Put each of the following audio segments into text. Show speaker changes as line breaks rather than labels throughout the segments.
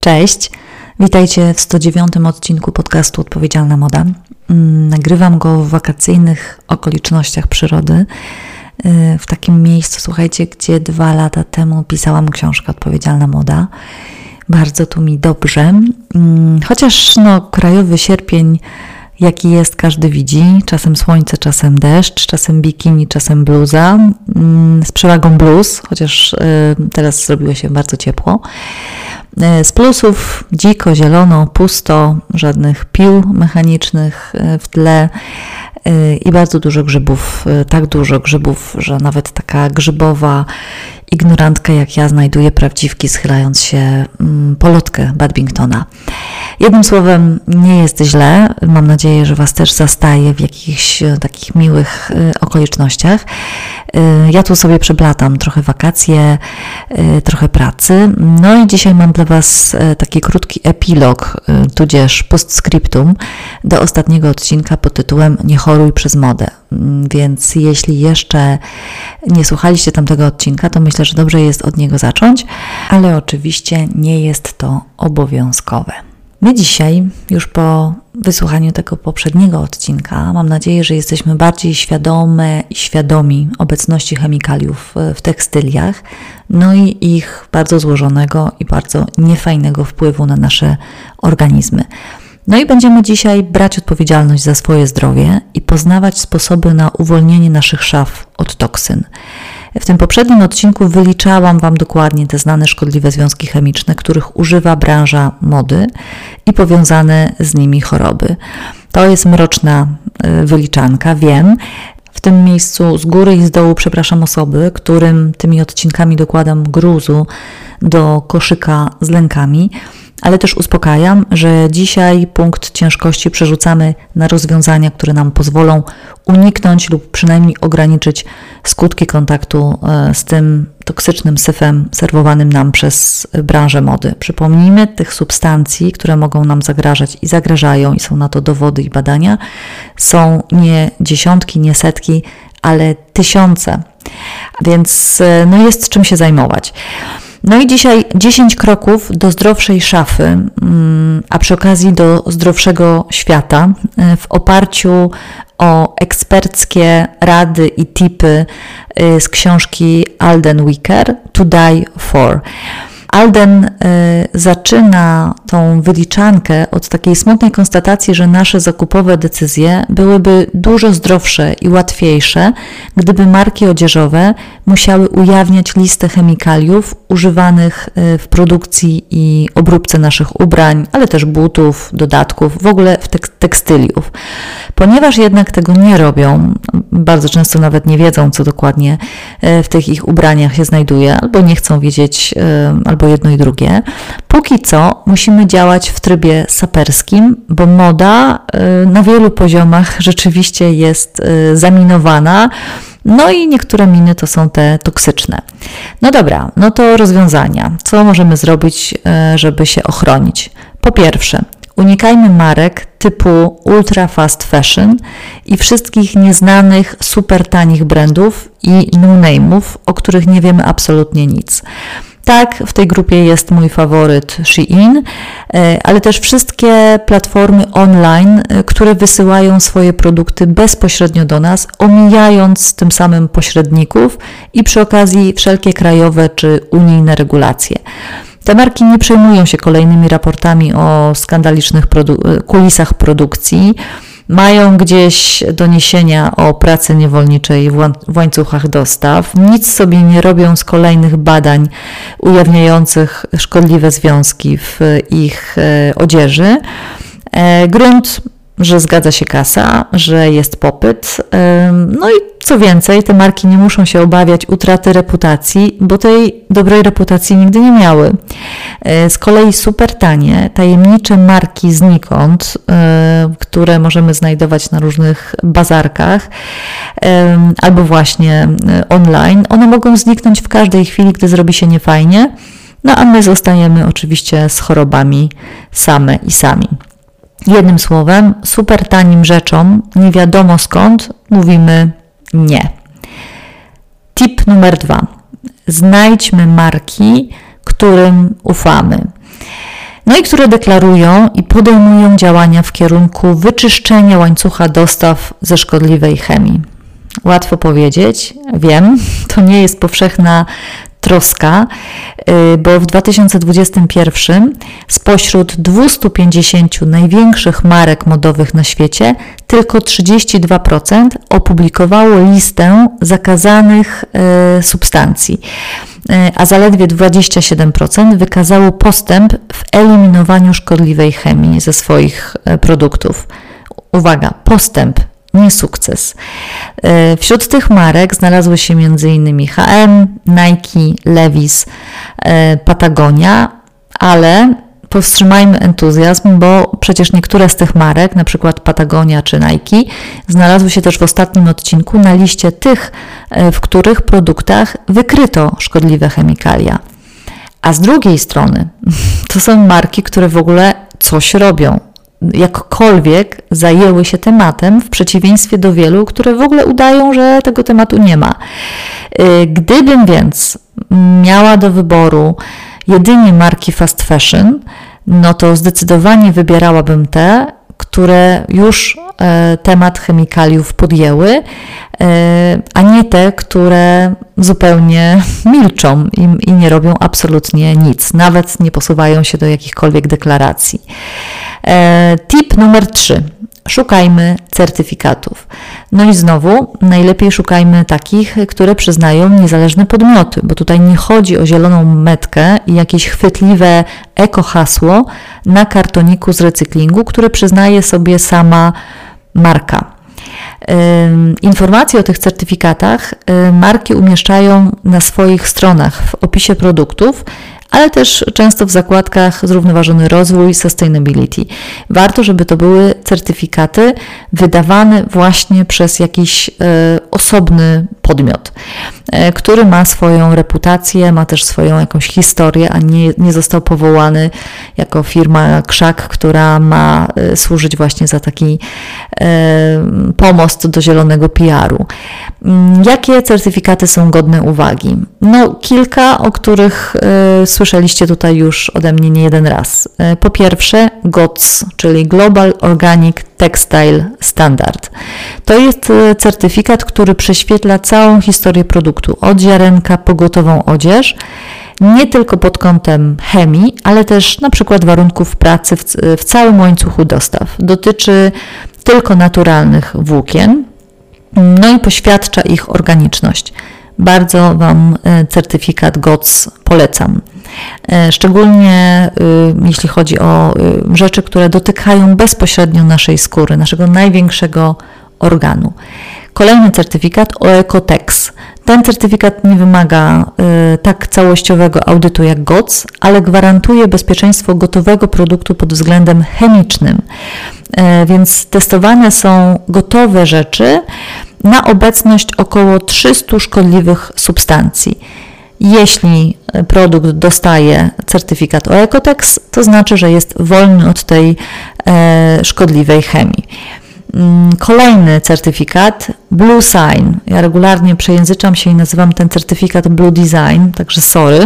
Cześć, witajcie w 109 odcinku podcastu Odpowiedzialna Moda. Nagrywam go w wakacyjnych okolicznościach przyrody, w takim miejscu, słuchajcie, gdzie 2 lata temu pisałam książkę Odpowiedzialna Moda. Bardzo tu mi dobrze, chociaż krajowy sierpień jaki jest, każdy widzi. Czasem słońce, czasem deszcz, czasem bikini, czasem bluza. Z przewagą bluz, chociaż teraz zrobiło się bardzo ciepło. Z plusów dziko, zielono, pusto, żadnych pił mechanicznych w tle i bardzo dużo grzybów. Tak dużo grzybów, że nawet taka grzybowa ignorantka jak ja znajduje prawdziwki, schylając się po lotkę Badmintona. Jednym słowem, nie jest źle. Mam nadzieję, że Was też zastaje w jakichś takich miłych okolicznościach. Ja tu sobie przeblatam trochę wakacje, trochę pracy. No i dzisiaj mam dla Was taki krótki epilog, tudzież postscriptum do ostatniego odcinka pod tytułem Nie choruj przez modę. Więc jeśli jeszcze nie słuchaliście tamtego odcinka, to myślę, że dobrze jest od niego zacząć, ale oczywiście nie jest to obowiązkowe. My dzisiaj, już po wysłuchaniu tego poprzedniego odcinka, mam nadzieję, że jesteśmy bardziej świadome i świadomi obecności chemikaliów w tekstyliach, no i ich bardzo złożonego i bardzo niefajnego wpływu na nasze organizmy. No i będziemy dzisiaj brać odpowiedzialność za swoje zdrowie i poznawać sposoby na uwolnienie naszych szaf od toksyn. W tym poprzednim odcinku wyliczałam Wam dokładnie te znane szkodliwe związki chemiczne, których używa branża mody i powiązane z nimi choroby. To jest mroczna wyliczanka, wiem. W tym miejscu z góry i z dołu przepraszam osoby, którym tymi odcinkami dokładam gruzu do koszyka z lękami, ale też uspokajam, że dzisiaj punkt ciężkości przerzucamy na rozwiązania, które nam pozwolą uniknąć lub przynajmniej ograniczyć skutki kontaktu z tym toksycznym syfem serwowanym nam przez branżę mody. Przypomnijmy, tych substancji, które mogą nam zagrażać i zagrażają, i są na to dowody i badania, są nie dziesiątki, nie setki, ale tysiące. Więc jest czym się zajmować. No i dzisiaj 10 kroków do zdrowszej szafy, a przy okazji do zdrowszego świata w oparciu o eksperckie rady i tipy z książki Alden Wicker To Die For. Alden zaczyna tą wyliczankę od takiej smutnej konstatacji, że nasze zakupowe decyzje byłyby dużo zdrowsze i łatwiejsze, gdyby marki odzieżowe musiały ujawniać listę chemikaliów używanych w produkcji i obróbce naszych ubrań, ale też butów, dodatków, w ogóle w tekstyliów. Ponieważ jednak tego nie robią, bardzo często nawet nie wiedzą, co dokładnie w tych ich ubraniach się znajduje, albo nie chcą wiedzieć, albo jedno i drugie. Póki co musimy działać w trybie saperskim, bo moda na wielu poziomach rzeczywiście jest zaminowana, no i niektóre miny to są te toksyczne. No dobra, no to rozwiązania. Co możemy zrobić, żeby się ochronić? Po pierwsze, unikajmy marek typu ultra fast fashion i wszystkich nieznanych, super tanich brandów i no-name'ów, o których nie wiemy absolutnie nic. Tak, w tej grupie jest mój faworyt Shein, ale też wszystkie platformy online, które wysyłają swoje produkty bezpośrednio do nas, omijając tym samym pośredników i przy okazji wszelkie krajowe czy unijne regulacje. Te marki nie przejmują się kolejnymi raportami o skandalicznych kulisach produkcji, mają gdzieś doniesienia o pracy niewolniczej w łańcuchach dostaw, nic sobie nie robią z kolejnych badań ujawniających szkodliwe związki w ich odzieży. Grunt, że zgadza się kasa, że jest popyt. No i co więcej, te marki nie muszą się obawiać utraty reputacji, bo tej dobrej reputacji nigdy nie miały. Z kolei super tanie, tajemnicze marki znikąd, które możemy znajdować na różnych bazarkach albo właśnie online, one mogą zniknąć w każdej chwili, gdy zrobi się niefajnie, no a my zostajemy oczywiście z chorobami same i sami. Jednym słowem, super tanim rzeczom, nie wiadomo skąd, mówimy nie. Tip numer 2. Znajdźmy marki, którym ufamy. no i które deklarują i podejmują działania w kierunku wyczyszczenia łańcucha dostaw ze szkodliwej chemii. Łatwo powiedzieć, wiem, to nie jest powszechna troska, bo w 2021 spośród 250 największych marek modowych na świecie tylko 32% opublikowało listę zakazanych substancji, a zaledwie 27% wykazało postęp w eliminowaniu szkodliwej chemii ze swoich produktów. Uwaga, postęp, nie sukces. Wśród tych marek znalazły się m.in. H&M, Nike, Levi's, Patagonia, ale powstrzymajmy entuzjazm, bo przecież niektóre z tych marek, na przykład Patagonia czy Nike, znalazły się też w ostatnim odcinku na liście tych, w których produktach wykryto szkodliwe chemikalia. A z drugiej strony to są marki, które w ogóle coś robią. Jakkolwiek zajęły się tematem, w przeciwieństwie do wielu, które w ogóle udają, że tego tematu nie ma. Gdybym więc miała do wyboru jedynie marki fast fashion, no to zdecydowanie wybierałabym te, które już temat chemikaliów podjęły, a nie te, które zupełnie milczą i nie robią absolutnie nic, nawet nie posuwają się do jakichkolwiek deklaracji. Tip numer 3. Szukajmy certyfikatów. No i znowu najlepiej szukajmy takich, które przyznają niezależne podmioty, bo tutaj nie chodzi o zieloną metkę i jakieś chwytliwe eko-hasło na kartoniku z recyklingu, które przyznaje sobie sama marka. Informacje o tych certyfikatach marki umieszczają na swoich stronach w opisie produktów, ale też często w zakładkach zrównoważony rozwój, sustainability. Warto, żeby to były certyfikaty wydawane właśnie przez jakiś osobny podmiot, który ma swoją reputację, ma też swoją jakąś historię, a nie został powołany jako firma krzak, która ma służyć właśnie za taki pomost do zielonego PR-u. Jakie certyfikaty są godne uwagi? No, kilka, o których słyszeliście tutaj już ode mnie nie jeden raz. Po pierwsze GOTS, czyli Global Organic Textile Standard. To jest certyfikat, który prześwietla całą historię produktu, od ziarenka po gotową odzież, nie tylko pod kątem chemii, ale też na przykład warunków pracy w całym łańcuchu dostaw. Dotyczy tylko naturalnych włókien, no i poświadcza ich organiczność. Bardzo Wam certyfikat GOTS polecam. Szczególnie jeśli chodzi o rzeczy, które dotykają bezpośrednio naszej skóry, naszego największego organu. Kolejny certyfikat OEKO-TEX. Ten certyfikat nie wymaga tak całościowego audytu jak GOTS, ale gwarantuje bezpieczeństwo gotowego produktu pod względem chemicznym. Więc testowane są gotowe rzeczy na obecność około 300 szkodliwych substancji. Jeśli produkt dostaje certyfikat OEKO-TEX, to znaczy, że jest wolny od tej szkodliwej chemii. Kolejny certyfikat Blue Sign. Ja regularnie przejęzyczam się i nazywam ten certyfikat Blue Design, także sorry.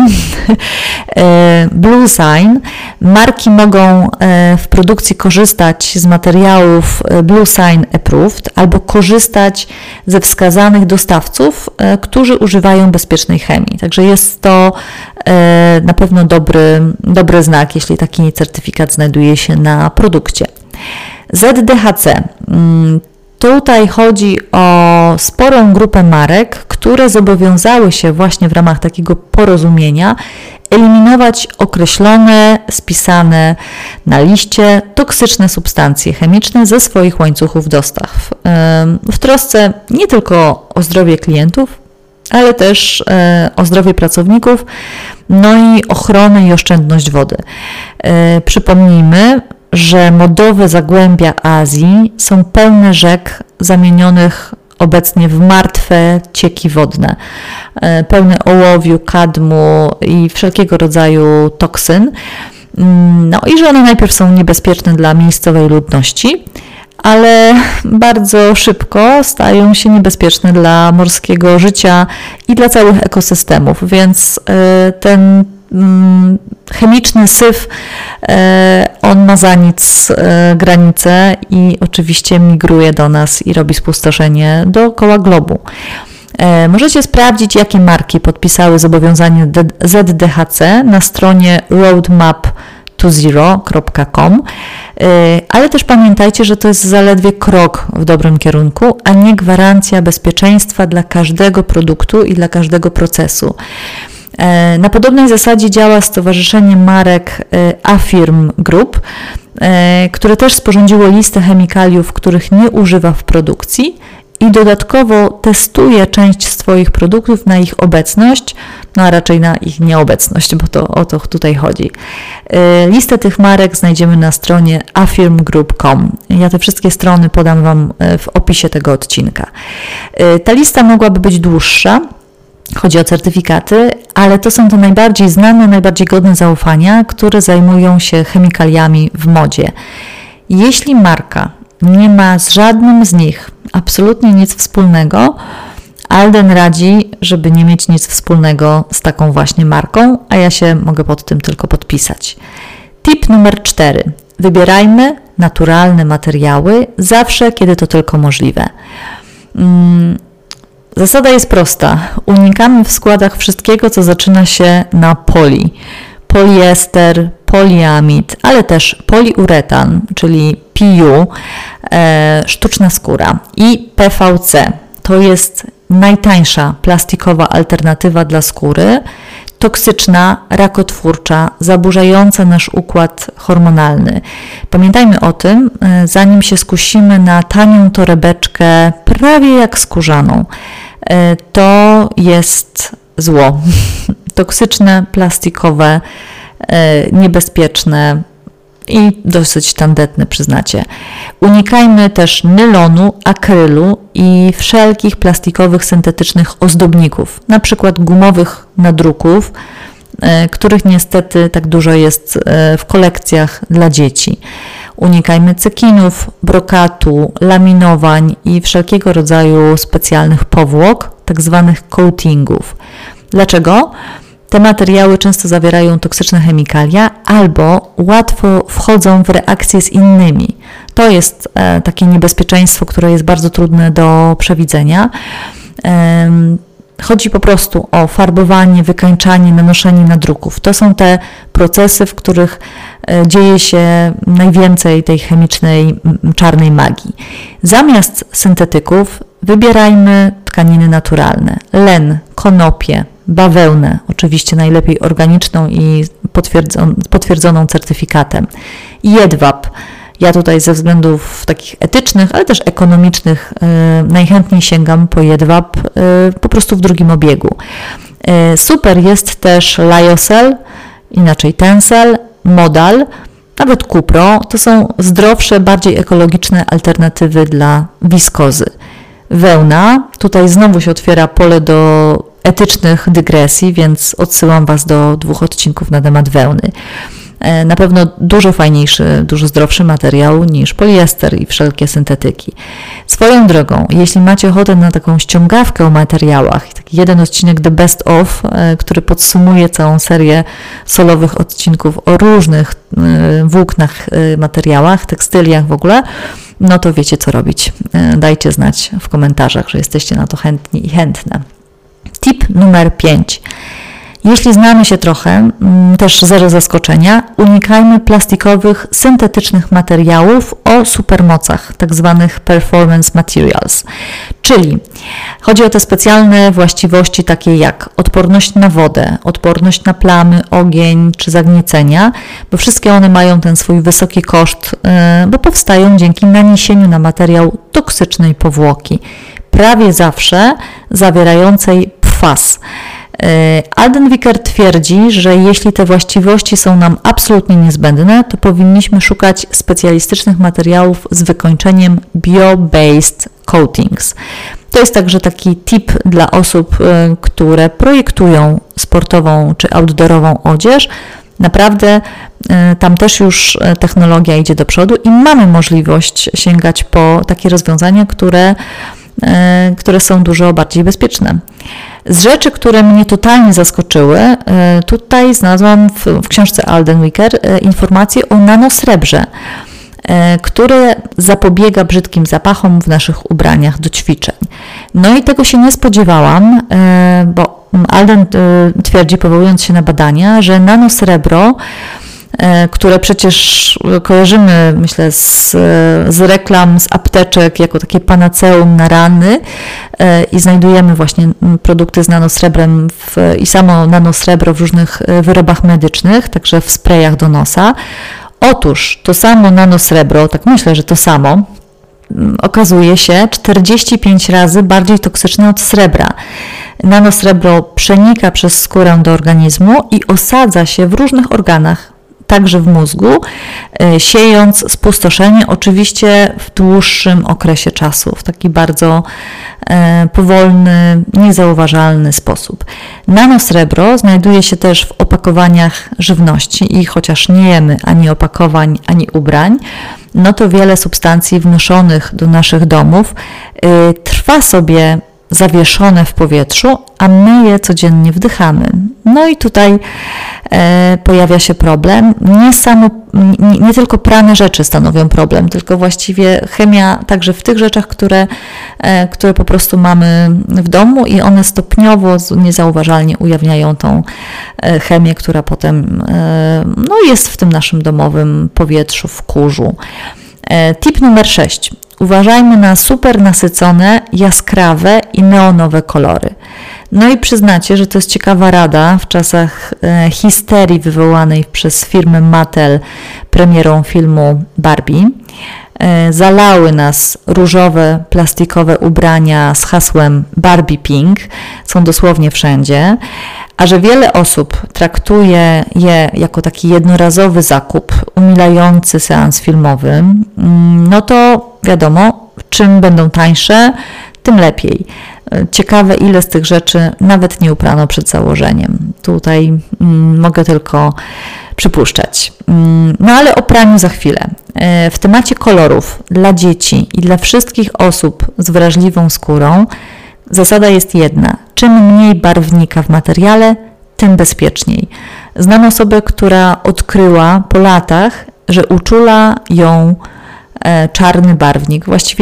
Blue Sign. Marki mogą w produkcji korzystać z materiałów Blue Sign Approved albo korzystać ze wskazanych dostawców, którzy używają bezpiecznej chemii. Także jest to na pewno dobry znak, jeśli taki certyfikat znajduje się na produkcie. ZDHC. Tutaj chodzi o sporą grupę marek, które zobowiązały się właśnie w ramach takiego porozumienia eliminować określone, spisane na liście toksyczne substancje chemiczne ze swoich łańcuchów dostaw. W trosce nie tylko o zdrowie klientów, ale też o zdrowie pracowników, no i ochronę i oszczędność wody. Przypomnijmy, że modowe zagłębia Azji są pełne rzek zamienionych obecnie w martwe cieki wodne, pełne ołowiu, kadmu i wszelkiego rodzaju toksyn. No i że one najpierw są niebezpieczne dla miejscowej ludności, ale bardzo szybko stają się niebezpieczne dla morskiego życia i dla całych ekosystemów, więc ten chemiczny syf, on ma za nic granice i oczywiście migruje do nas i robi spustoszenie dookoła globu. Możecie sprawdzić, jakie marki podpisały zobowiązanie ZDHC na stronie roadmap20.com, ale też pamiętajcie, że to jest zaledwie krok w dobrym kierunku, a nie gwarancja bezpieczeństwa dla każdego produktu i dla każdego procesu. Na podobnej zasadzie działa Stowarzyszenie Marek Affirm Group, które też sporządziło listę chemikaliów, których nie używa w produkcji i dodatkowo testuje część swoich produktów na ich obecność, no a raczej na ich nieobecność, bo to o to tutaj chodzi. Listę tych marek znajdziemy na stronie affirmgroup.com. Ja te wszystkie strony podam Wam w opisie tego odcinka. Ta lista mogłaby być dłuższa, chodzi o certyfikaty, ale to są te najbardziej znane, najbardziej godne zaufania, które zajmują się chemikaliami w modzie. Jeśli marka nie ma z żadnym z nich absolutnie nic wspólnego, Alden radzi, żeby nie mieć nic wspólnego z taką właśnie marką, a ja się mogę pod tym tylko podpisać. Tip numer 4. Wybierajmy naturalne materiały zawsze, kiedy to tylko możliwe. Zasada jest prosta. Unikamy w składach wszystkiego, co zaczyna się na poli. Poliester, poliamid, ale też poliuretan, czyli PU, sztuczna skóra i PVC. To jest najtańsza plastikowa alternatywa dla skóry, toksyczna, rakotwórcza, zaburzająca nasz układ hormonalny. Pamiętajmy o tym, zanim się skusimy na tanią torebeczkę, prawie jak skórzaną. To jest zło. Toksyczne, plastikowe, niebezpieczne i dosyć tandetne, przyznacie. Unikajmy też nylonu, akrylu i wszelkich plastikowych, syntetycznych ozdobników, na przykład gumowych nadruków, których niestety tak dużo jest w kolekcjach dla dzieci. Unikajmy cekinów, brokatu, laminowań i wszelkiego rodzaju specjalnych powłok, tak zwanych coatingów. Dlaczego? Te materiały często zawierają toksyczne chemikalia albo łatwo wchodzą w reakcje z innymi. To jest takie niebezpieczeństwo, które jest bardzo trudne do przewidzenia. Chodzi po prostu o farbowanie, wykańczanie, nanoszenie nadruków. To są te procesy, w których dzieje się najwięcej tej chemicznej, czarnej magii. Zamiast syntetyków wybierajmy tkaniny naturalne. Len, konopie, bawełnę, oczywiście najlepiej organiczną i potwierdzoną certyfikatem. Jedwab. Ja tutaj ze względów takich etycznych, ale też ekonomicznych najchętniej sięgam po jedwab po prostu w drugim obiegu. Super jest też lyocell, inaczej tencel, modal, nawet kupro. To są zdrowsze, bardziej ekologiczne alternatywy dla wiskozy. Wełna, tutaj znowu się otwiera pole do etycznych dygresji, więc odsyłam Was do 2 odcinków na temat wełny. Na pewno dużo fajniejszy, dużo zdrowszy materiał niż poliester i wszelkie syntetyki. Swoją drogą, jeśli macie ochotę na taką ściągawkę o materiałach, taki jeden odcinek The Best Of, który podsumuje całą serię solowych odcinków o różnych włóknach, materiałach, tekstyliach w ogóle, no to wiecie co robić. Dajcie znać w komentarzach, że jesteście na to chętni i chętne. Tip numer 5. Jeśli znamy się trochę, też zero zaskoczenia, unikajmy plastikowych, syntetycznych materiałów o supermocach, tak zwanych performance materials. Czyli chodzi o te specjalne właściwości takie jak odporność na wodę, odporność na plamy, ogień czy zagniecenia, bo wszystkie one mają ten swój wysoki koszt, bo powstają dzięki naniesieniu na materiał toksycznej powłoki, prawie zawsze zawierającej PFAS. Alden Vicker twierdzi, że jeśli te właściwości są nam absolutnie niezbędne, to powinniśmy szukać specjalistycznych materiałów z wykończeniem bio-based coatings. To jest także taki tip dla osób, które projektują sportową czy outdoorową odzież. Naprawdę tam też już technologia idzie do przodu i mamy możliwość sięgać po takie rozwiązania, które które są dużo bardziej bezpieczne. Z rzeczy, które mnie totalnie zaskoczyły, tutaj znalazłam w książce Alden Wicker informacje o nanosrebrze, które zapobiega brzydkim zapachom w naszych ubraniach do ćwiczeń. No i tego się nie spodziewałam, bo Alden twierdzi, powołując się na badania, że nanosrebro, które przecież kojarzymy, myślę, z reklam, z apteczek, jako takie panaceum na rany i znajdujemy właśnie produkty z nanosrebrem i samo nanosrebro w różnych wyrobach medycznych, także w sprayach do nosa. Otóż to samo nanosrebro, tak myślę, że to samo, okazuje się 45 razy bardziej toksyczne od srebra. Nanosrebro przenika przez skórę do organizmu i osadza się w różnych organach, także w mózgu, siejąc spustoszenie, oczywiście w dłuższym okresie czasu, w taki bardzo powolny, niezauważalny sposób. Nanosrebro znajduje się też w opakowaniach żywności i chociaż nie jemy ani opakowań, ani ubrań, no to wiele substancji wnoszonych do naszych domów trwa sobie zawieszone w powietrzu, a my je codziennie wdychamy. No i tutaj pojawia się problem. Nie tylko prane rzeczy stanowią problem, tylko właściwie chemia także w tych rzeczach, które po prostu mamy w domu i one stopniowo, niezauważalnie ujawniają tą chemię, która potem jest w tym naszym domowym powietrzu, w kurzu. Tip numer 6. Uważajmy na super nasycone, jaskrawe i neonowe kolory. No i przyznacie, że to jest ciekawa rada w czasach histerii wywołanej przez firmę Mattel premierą filmu Barbie. Zalały nas różowe, plastikowe ubrania z hasłem Barbie Pink, są dosłownie wszędzie, a że wiele osób traktuje je jako taki jednorazowy zakup, umilający seans filmowy, no to wiadomo, czym będą tańsze, tym lepiej. Ciekawe, ile z tych rzeczy nawet nie uprano przed założeniem. Tutaj mogę tylko przypuszczać. No ale o praniu za chwilę. W temacie kolorów dla dzieci i dla wszystkich osób z wrażliwą skórą zasada jest jedna. Czym mniej barwnika w materiale, tym bezpieczniej. Znam osobę, która odkryła po latach, że uczula ją czarny barwnik. Właściwie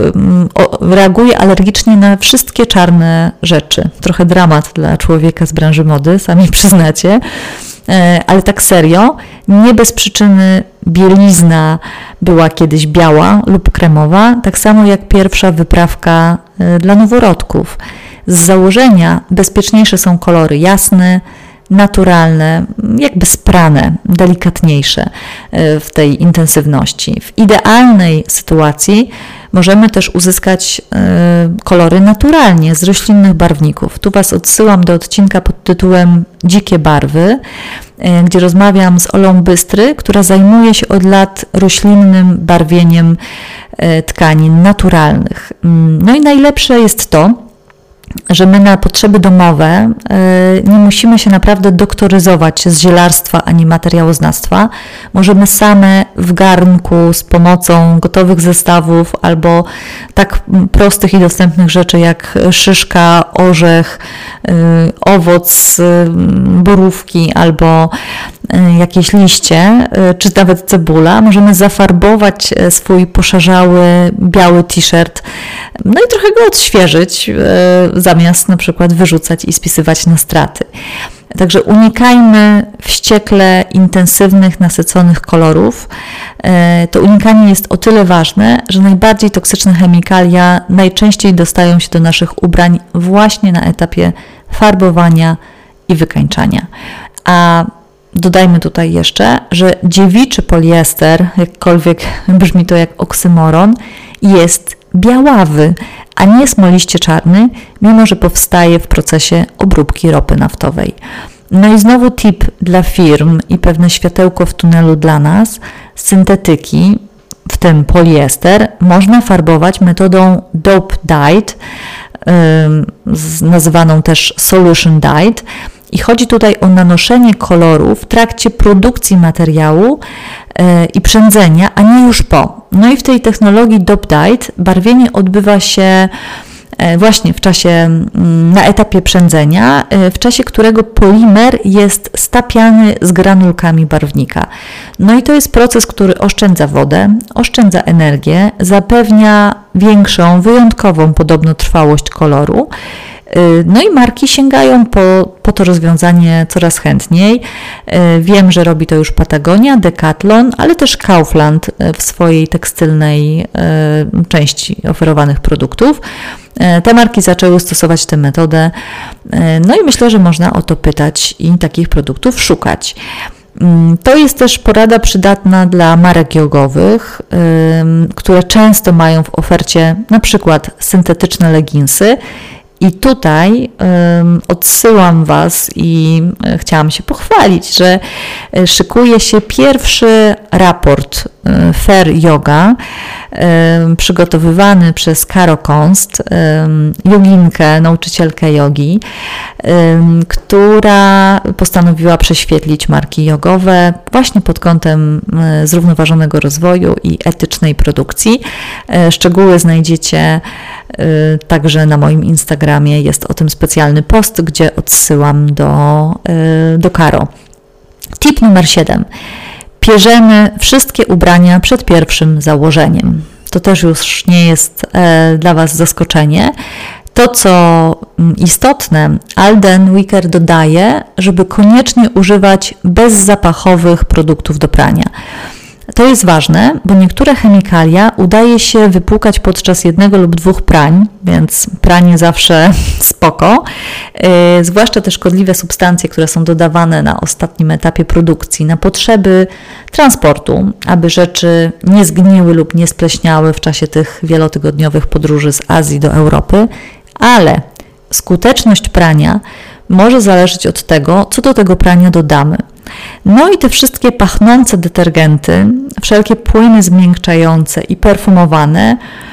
reaguje alergicznie na wszystkie czarne rzeczy. Trochę dramat dla człowieka z branży mody, sami przyznacie. Ale tak serio, nie bez przyczyny bielizna była kiedyś biała lub kremowa, tak samo jak pierwsza wyprawka dla noworodków. Z założenia bezpieczniejsze są kolory jasne, naturalne, jakby sprane, delikatniejsze w tej intensywności. W idealnej sytuacji możemy też uzyskać kolory naturalnie z roślinnych barwników. Tu Was odsyłam do odcinka pod tytułem Dzikie barwy, gdzie rozmawiam z Olą Bystry, która zajmuje się od lat roślinnym barwieniem tkanin naturalnych. No i najlepsze jest to, że my na potrzeby domowe nie musimy się naprawdę doktoryzować z zielarstwa ani materiałoznawstwa. Możemy same w garnku z pomocą gotowych zestawów albo tak prostych i dostępnych rzeczy jak szyszka, orzech, owoc borówki albo jakieś liście, czy nawet cebula, możemy zafarbować swój poszarzały, biały t-shirt, no i trochę go odświeżyć, zamiast na przykład wyrzucać i spisywać na straty. Także unikajmy wściekle intensywnych, nasyconych kolorów. To unikanie jest o tyle ważne, że najbardziej toksyczne chemikalia najczęściej dostają się do naszych ubrań właśnie na etapie farbowania i wykańczania. A dodajmy tutaj jeszcze, że dziewiczy poliester, jakkolwiek brzmi to jak oksymoron, jest białawy, a nie smoliście czarny, mimo że powstaje w procesie obróbki ropy naftowej. No i znowu tip dla firm i pewne światełko w tunelu dla nas. Syntetyki, w tym poliester, można farbować metodą dope dyed, nazywaną też solution dyed. I chodzi tutaj o nanoszenie koloru w trakcie produkcji materiału i przędzenia, a nie już po. No i w tej technologii dope dyed barwienie odbywa się właśnie na etapie przędzenia, w czasie którego polimer jest stapiany z granulkami barwnika. No i to jest proces, który oszczędza wodę, oszczędza energię, zapewnia większą, wyjątkową podobno trwałość koloru. No i marki sięgają po to rozwiązanie coraz chętniej. Wiem, że robi to już Patagonia, Decathlon, ale też Kaufland w swojej tekstylnej części oferowanych produktów. Te marki zaczęły stosować tę metodę, no i myślę, że można o to pytać i takich produktów szukać. To jest też porada przydatna dla marek jogowych, które często mają w ofercie na przykład syntetyczne leginsy. I tutaj odsyłam Was i chciałam się pochwalić, że szykuje się pierwszy raport Fair Yoga przygotowywany przez Caro Konst, joginkę, nauczycielkę jogi, która postanowiła prześwietlić marki jogowe właśnie pod kątem zrównoważonego rozwoju i etycznej produkcji. Szczegóły znajdziecie także na moim Instagramie, jest o tym specjalny post, gdzie odsyłam do Caro. Tip numer 7. Pierzemy wszystkie ubrania przed pierwszym założeniem. To też już nie jest dla Was zaskoczenie. To, co istotne, Alden Wicker dodaje, żeby koniecznie używać bezzapachowych produktów do prania. To jest ważne, bo niektóre chemikalia udaje się wypłukać podczas jednego lub dwóch prań, więc pranie zawsze spoko. Zwłaszcza te szkodliwe substancje, które są dodawane na ostatnim etapie produkcji, na potrzeby transportu, aby rzeczy nie zgniły lub nie spleśniały w czasie tych wielotygodniowych podróży z Azji do Europy, ale skuteczność prania może zależeć od tego, co do tego prania dodamy. No i te wszystkie pachnące detergenty, wszelkie płyny zmiękczające i perfumowane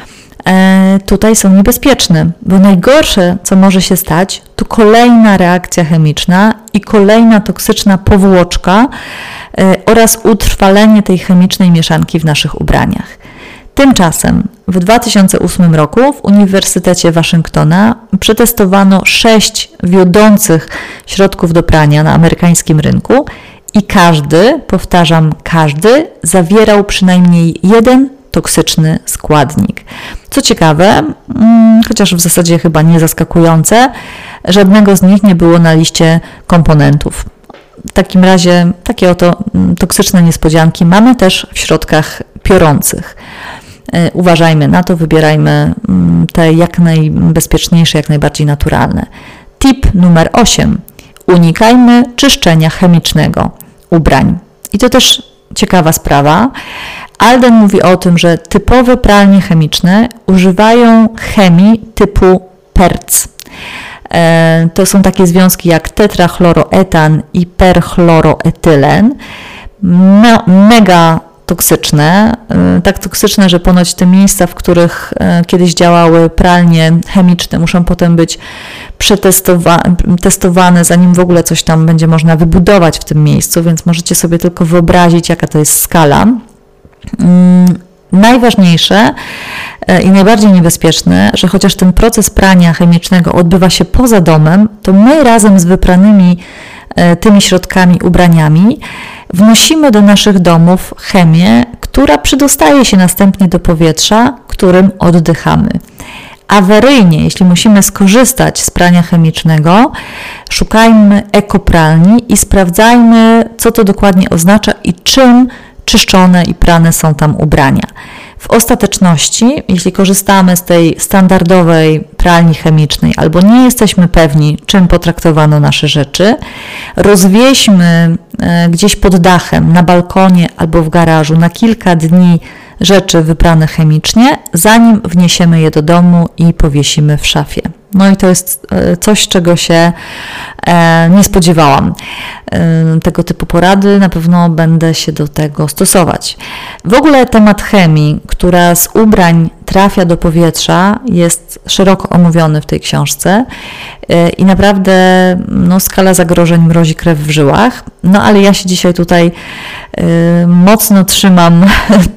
tutaj są niebezpieczne, bo najgorsze, co może się stać, to kolejna reakcja chemiczna i kolejna toksyczna powłoczka oraz utrwalenie tej chemicznej mieszanki w naszych ubraniach. Tymczasem w 2008 roku w Uniwersytecie Waszyngtona przetestowano 6 wiodących środków do prania na amerykańskim rynku i każdy, powtarzam, każdy zawierał przynajmniej jeden toksyczny składnik. Co ciekawe, chociaż w zasadzie chyba nie zaskakujące, żadnego z nich nie było na liście komponentów. W takim razie takie oto toksyczne niespodzianki mamy też w środkach piorących. Uważajmy na to, wybierajmy te jak najbezpieczniejsze, jak najbardziej naturalne. Tip numer 8. Unikajmy czyszczenia chemicznego ubrań. I to też ciekawa sprawa. Alden mówi o tym, że typowe pralnie chemiczne używają chemii typu PERC. To są takie związki jak tetrachloroetan i perchloroetylen. Mega toksyczne, tak toksyczne, że ponoć te miejsca, w których kiedyś działały pralnie chemiczne, muszą potem być testowane, zanim w ogóle coś tam będzie można wybudować w tym miejscu, więc możecie sobie tylko wyobrazić, jaka to jest skala. Najważniejsze i najbardziej niebezpieczne, że chociaż ten proces prania chemicznego odbywa się poza domem, to my razem z wypranymi tymi środkami, ubraniami wnosimy do naszych domów chemię, która przedostaje się następnie do powietrza, którym oddychamy. Awaryjnie, jeśli musimy skorzystać z prania chemicznego, szukajmy ekopralni i sprawdzajmy, co to dokładnie oznacza i czym czyszczone i prane są tam ubrania. W ostateczności, jeśli korzystamy z tej standardowej pralni chemicznej albo nie jesteśmy pewni, czym potraktowano nasze rzeczy, rozwieźmy gdzieś pod dachem, na balkonie albo w garażu na kilka dni rzeczy wyprane chemicznie, zanim wniesiemy je do domu i powiesimy w szafie. No i to jest coś, czego się nie spodziewałam. Tego typu porady, na pewno będę się do tego stosować. W ogóle temat chemii, która z ubrań trafia do powietrza, jest szeroko omówiony w tej książce i naprawdę skala zagrożeń mrozi krew w żyłach. No ale ja się dzisiaj tutaj mocno trzymam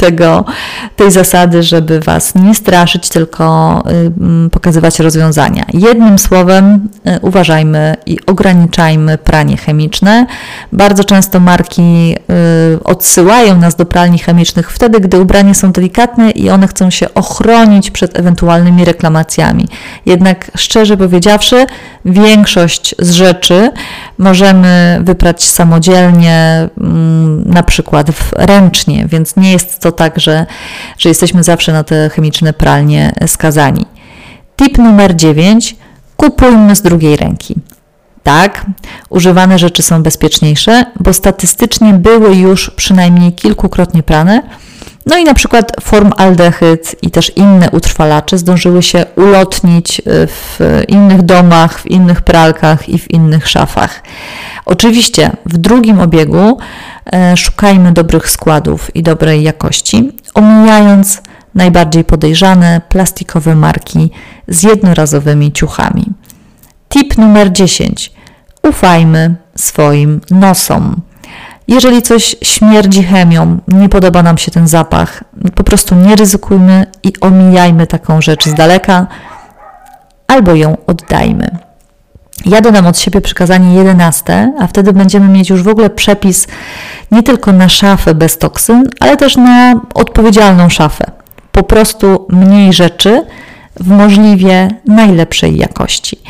tej zasady, żeby Was nie straszyć, tylko pokazywać rozwiązania. Jednym słowem, uważajmy i ograniczajmy pranie chemiczne. Bardzo często marki odsyłają nas do pralni chemicznych wtedy, gdy ubrania są delikatne i one chcą się ochronić przed ewentualnymi reklamacjami. Jednak szczerze powiedziawszy, większość z rzeczy możemy wyprać samodzielnie, na przykład ręcznie, więc nie jest to tak, że jesteśmy zawsze na te chemiczne pralnie skazani. Tip numer 9. Kupujmy z drugiej ręki. Tak, używane rzeczy są bezpieczniejsze, bo statystycznie były już przynajmniej kilkukrotnie prane. No i na przykład formaldehyd i też inne utrwalacze zdążyły się ulotnić w innych domach, w innych pralkach i w innych szafach. Oczywiście w drugim obiegu szukajmy dobrych składów i dobrej jakości, omijając najbardziej podejrzane plastikowe marki z jednorazowymi ciuchami. Tip numer 10. Ufajmy swoim nosom. Jeżeli coś śmierdzi chemią, nie podoba nam się ten zapach, po prostu nie ryzykujmy i omijajmy taką rzecz z daleka albo ją oddajmy. Ja dodam od siebie przykazanie 11, a wtedy będziemy mieć już w ogóle przepis nie tylko na szafę bez toksyn, ale też na odpowiedzialną szafę. Po prostu mniej rzeczy w możliwie najlepszej jakości.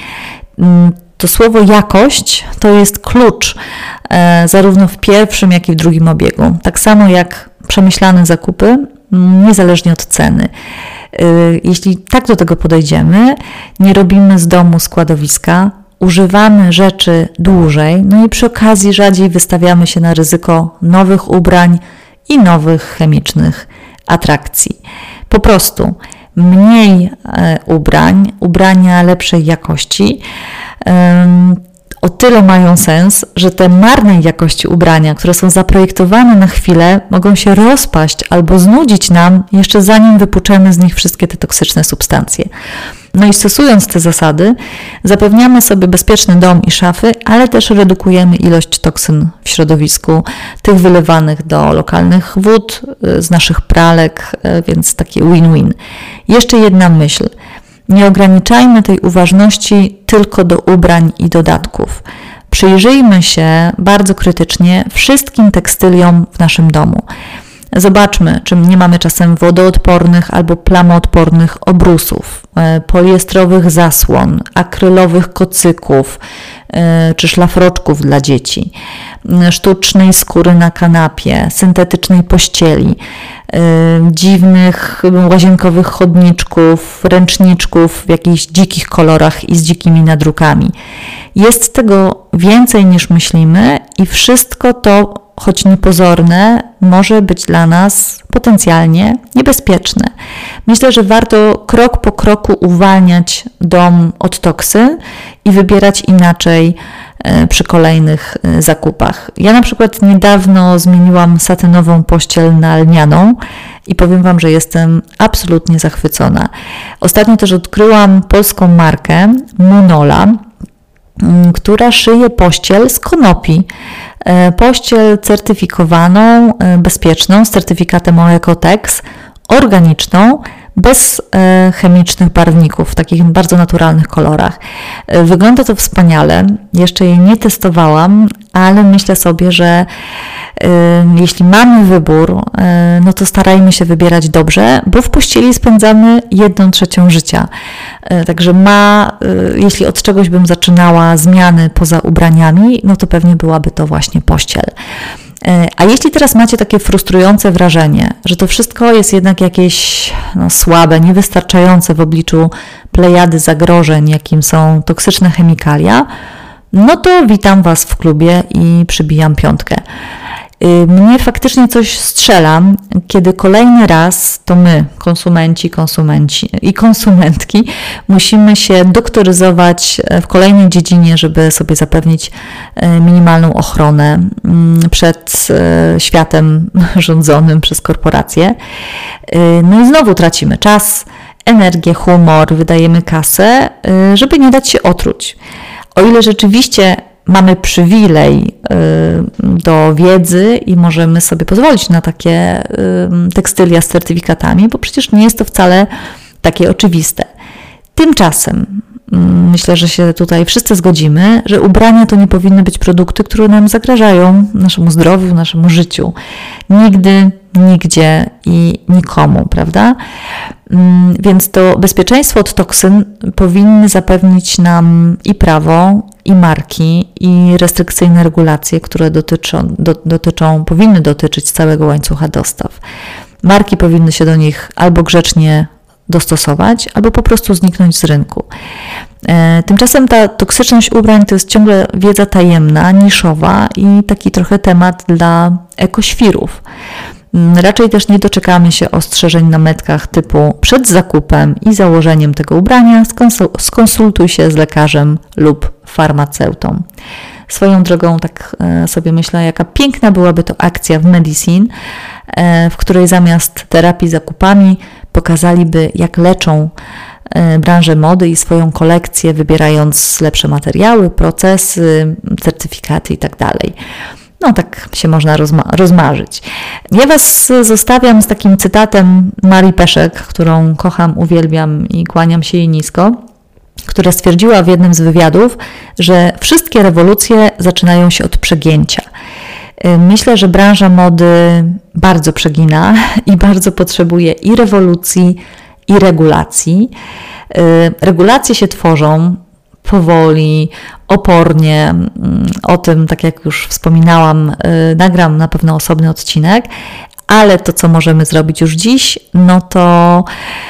To słowo jakość to jest klucz zarówno w pierwszym, jak i w drugim obiegu. Tak samo jak przemyślane zakupy, niezależnie od ceny. Jeśli tak do tego podejdziemy, nie robimy z domu składowiska, używamy rzeczy dłużej, no i przy okazji rzadziej wystawiamy się na ryzyko nowych ubrań i nowych chemicznych atrakcji. Po prostu mniej ubrania lepszej jakości, o tyle mają sens, że te marnej jakości ubrania, które są zaprojektowane na chwilę, mogą się rozpaść albo znudzić nam, jeszcze zanim wypłuczemy z nich wszystkie te toksyczne substancje. No i stosując te zasady, zapewniamy sobie bezpieczny dom i szafy, ale też redukujemy ilość toksyn w środowisku, tych wylewanych do lokalnych wód, z naszych pralek, więc takie win-win. Jeszcze jedna myśl. Nie ograniczajmy tej uważności tylko do ubrań i dodatków. Przyjrzyjmy się bardzo krytycznie wszystkim tekstyliom w naszym domu. Zobaczmy, czy nie mamy czasem wodoodpornych albo plamoodpornych obrusów, poliestrowych zasłon, akrylowych kocyków czy szlafroczków dla dzieci, sztucznej skóry na kanapie, syntetycznej pościeli, dziwnych łazienkowych chodniczków, ręczniczków w jakichś dzikich kolorach i z dzikimi nadrukami. Jest tego więcej niż myślimy i wszystko to, choć niepozorne, może być dla nas potencjalnie niebezpieczne. Myślę, że warto krok po kroku uwalniać dom od toksyn i wybierać inaczej przy kolejnych zakupach. Ja na przykład niedawno zmieniłam satynową pościel na lnianą i powiem Wam, że jestem absolutnie zachwycona. Ostatnio też odkryłam polską markę Munola, która szyje pościel z konopi. Pościel certyfikowaną, bezpieczną, z certyfikatem OEKO-TEX, organiczną, bez chemicznych barwników, w takich bardzo naturalnych kolorach. Wygląda to wspaniale. Jeszcze jej nie testowałam, ale myślę sobie, że jeśli mamy wybór, no to starajmy się wybierać dobrze, bo w pościeli spędzamy 1/3 życia. Także jeśli od czegoś bym zaczynała zmiany poza ubraniami, no to pewnie byłaby to właśnie pościel. A jeśli teraz macie takie frustrujące wrażenie, że to wszystko jest jednak jakieś słabe, niewystarczające w obliczu plejady zagrożeń, jakim są toksyczne chemikalia, no to witam Was w klubie i przybijam 5. Mnie faktycznie coś strzela, kiedy kolejny raz to my, konsumenci i konsumentki, musimy się doktoryzować w kolejnej dziedzinie, żeby sobie zapewnić minimalną ochronę przed światem rządzonym przez korporacje. No i znowu tracimy czas, energię, humor, wydajemy kasę, żeby nie dać się otruć. O ile rzeczywiście mamy przywilej do wiedzy i możemy sobie pozwolić na takie tekstylia z certyfikatami, bo przecież nie jest to wcale takie oczywiste. Tymczasem myślę, że się tutaj wszyscy zgodzimy, że ubrania to nie powinny być produkty, które nam zagrażają naszemu zdrowiu, naszemu życiu. Nigdy, nigdzie i nikomu, prawda? Więc to bezpieczeństwo od toksyn powinny zapewnić nam i prawo, i marki, i restrykcyjne regulacje, które powinny dotyczyć całego łańcucha dostaw. Marki powinny się do nich albo grzecznie dostosować, albo po prostu zniknąć z rynku. Tymczasem ta toksyczność ubrań to jest ciągle wiedza tajemna, niszowa i taki trochę temat dla ekoświrów. Raczej też nie doczekamy się ostrzeżeń na metkach typu przed zakupem i założeniem tego ubrania skonsultuj się z lekarzem lub farmaceutą. Swoją drogą tak sobie myślę, jaka piękna byłaby to akcja w Medicine, w której zamiast terapii zakupami pokazaliby, jak leczą branżę mody i swoją kolekcję, wybierając lepsze materiały, procesy, certyfikaty itd. No tak się można rozmarzyć. Ja Was zostawiam z takim cytatem Marii Peszek, którą kocham, uwielbiam i kłaniam się jej nisko, która stwierdziła w jednym z wywiadów, że wszystkie rewolucje zaczynają się od przegięcia. Myślę, że branża mody bardzo przegina i bardzo potrzebuje i rewolucji, i regulacji. Regulacje się tworzą powoli, opornie. O tym, tak jak już wspominałam, nagram na pewno osobny odcinek, ale to, co możemy zrobić już dziś, no to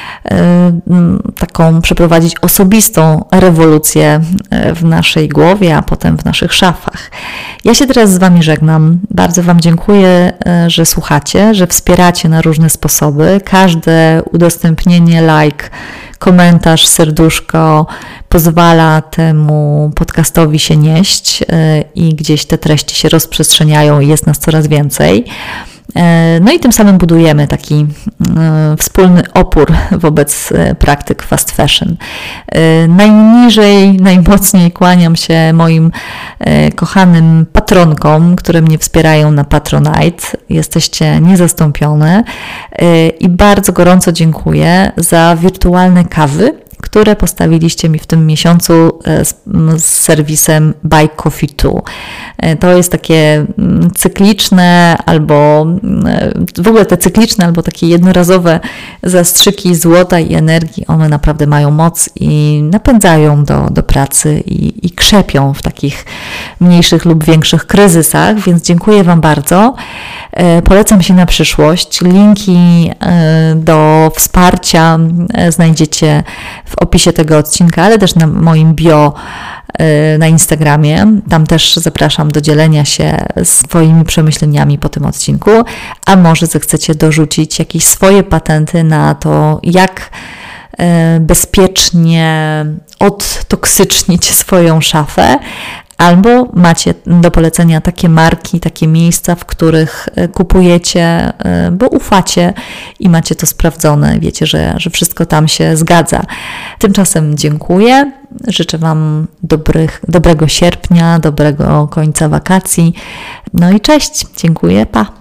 taką przeprowadzić osobistą rewolucję w naszej głowie, a potem w naszych szafach. Ja się teraz z Wami żegnam. Bardzo Wam dziękuję, że słuchacie, że wspieracie na różne sposoby. Każde udostępnienie, like, komentarz, serduszko pozwala temu podcastowi się nieść i gdzieś te treści się rozprzestrzeniają i jest nas coraz więcej. No i tym samym budujemy taki wspólny opór wobec praktyk fast fashion. Najniżej, najmocniej kłaniam się moim kochanym patronkom, które mnie wspierają na Patronite. Jesteście niezastąpione i bardzo gorąco dziękuję za wirtualne kawy, które postawiliście mi w tym miesiącu z serwisem Buy Coffee 2. To jest takie cykliczne albo w ogóle te cykliczne albo takie jednorazowe zastrzyki złota i energii. One naprawdę mają moc i napędzają do pracy i krzepią w takich mniejszych lub większych kryzysach, więc dziękuję Wam bardzo. Polecam się na przyszłość. Linki do wsparcia znajdziecie w opisie tego odcinka, ale też na moim bio na Instagramie. Tam też zapraszam do dzielenia się swoimi przemyśleniami po tym odcinku, a może zechcecie dorzucić jakieś swoje patenty na to, jak bezpiecznie odtoksycznić swoją szafę, albo macie do polecenia takie marki, takie miejsca, w których kupujecie, bo ufacie i macie to sprawdzone. Wiecie, że wszystko tam się zgadza. Tymczasem dziękuję. Życzę Wam dobrego sierpnia, dobrego końca wakacji. No i cześć. Dziękuję. Pa.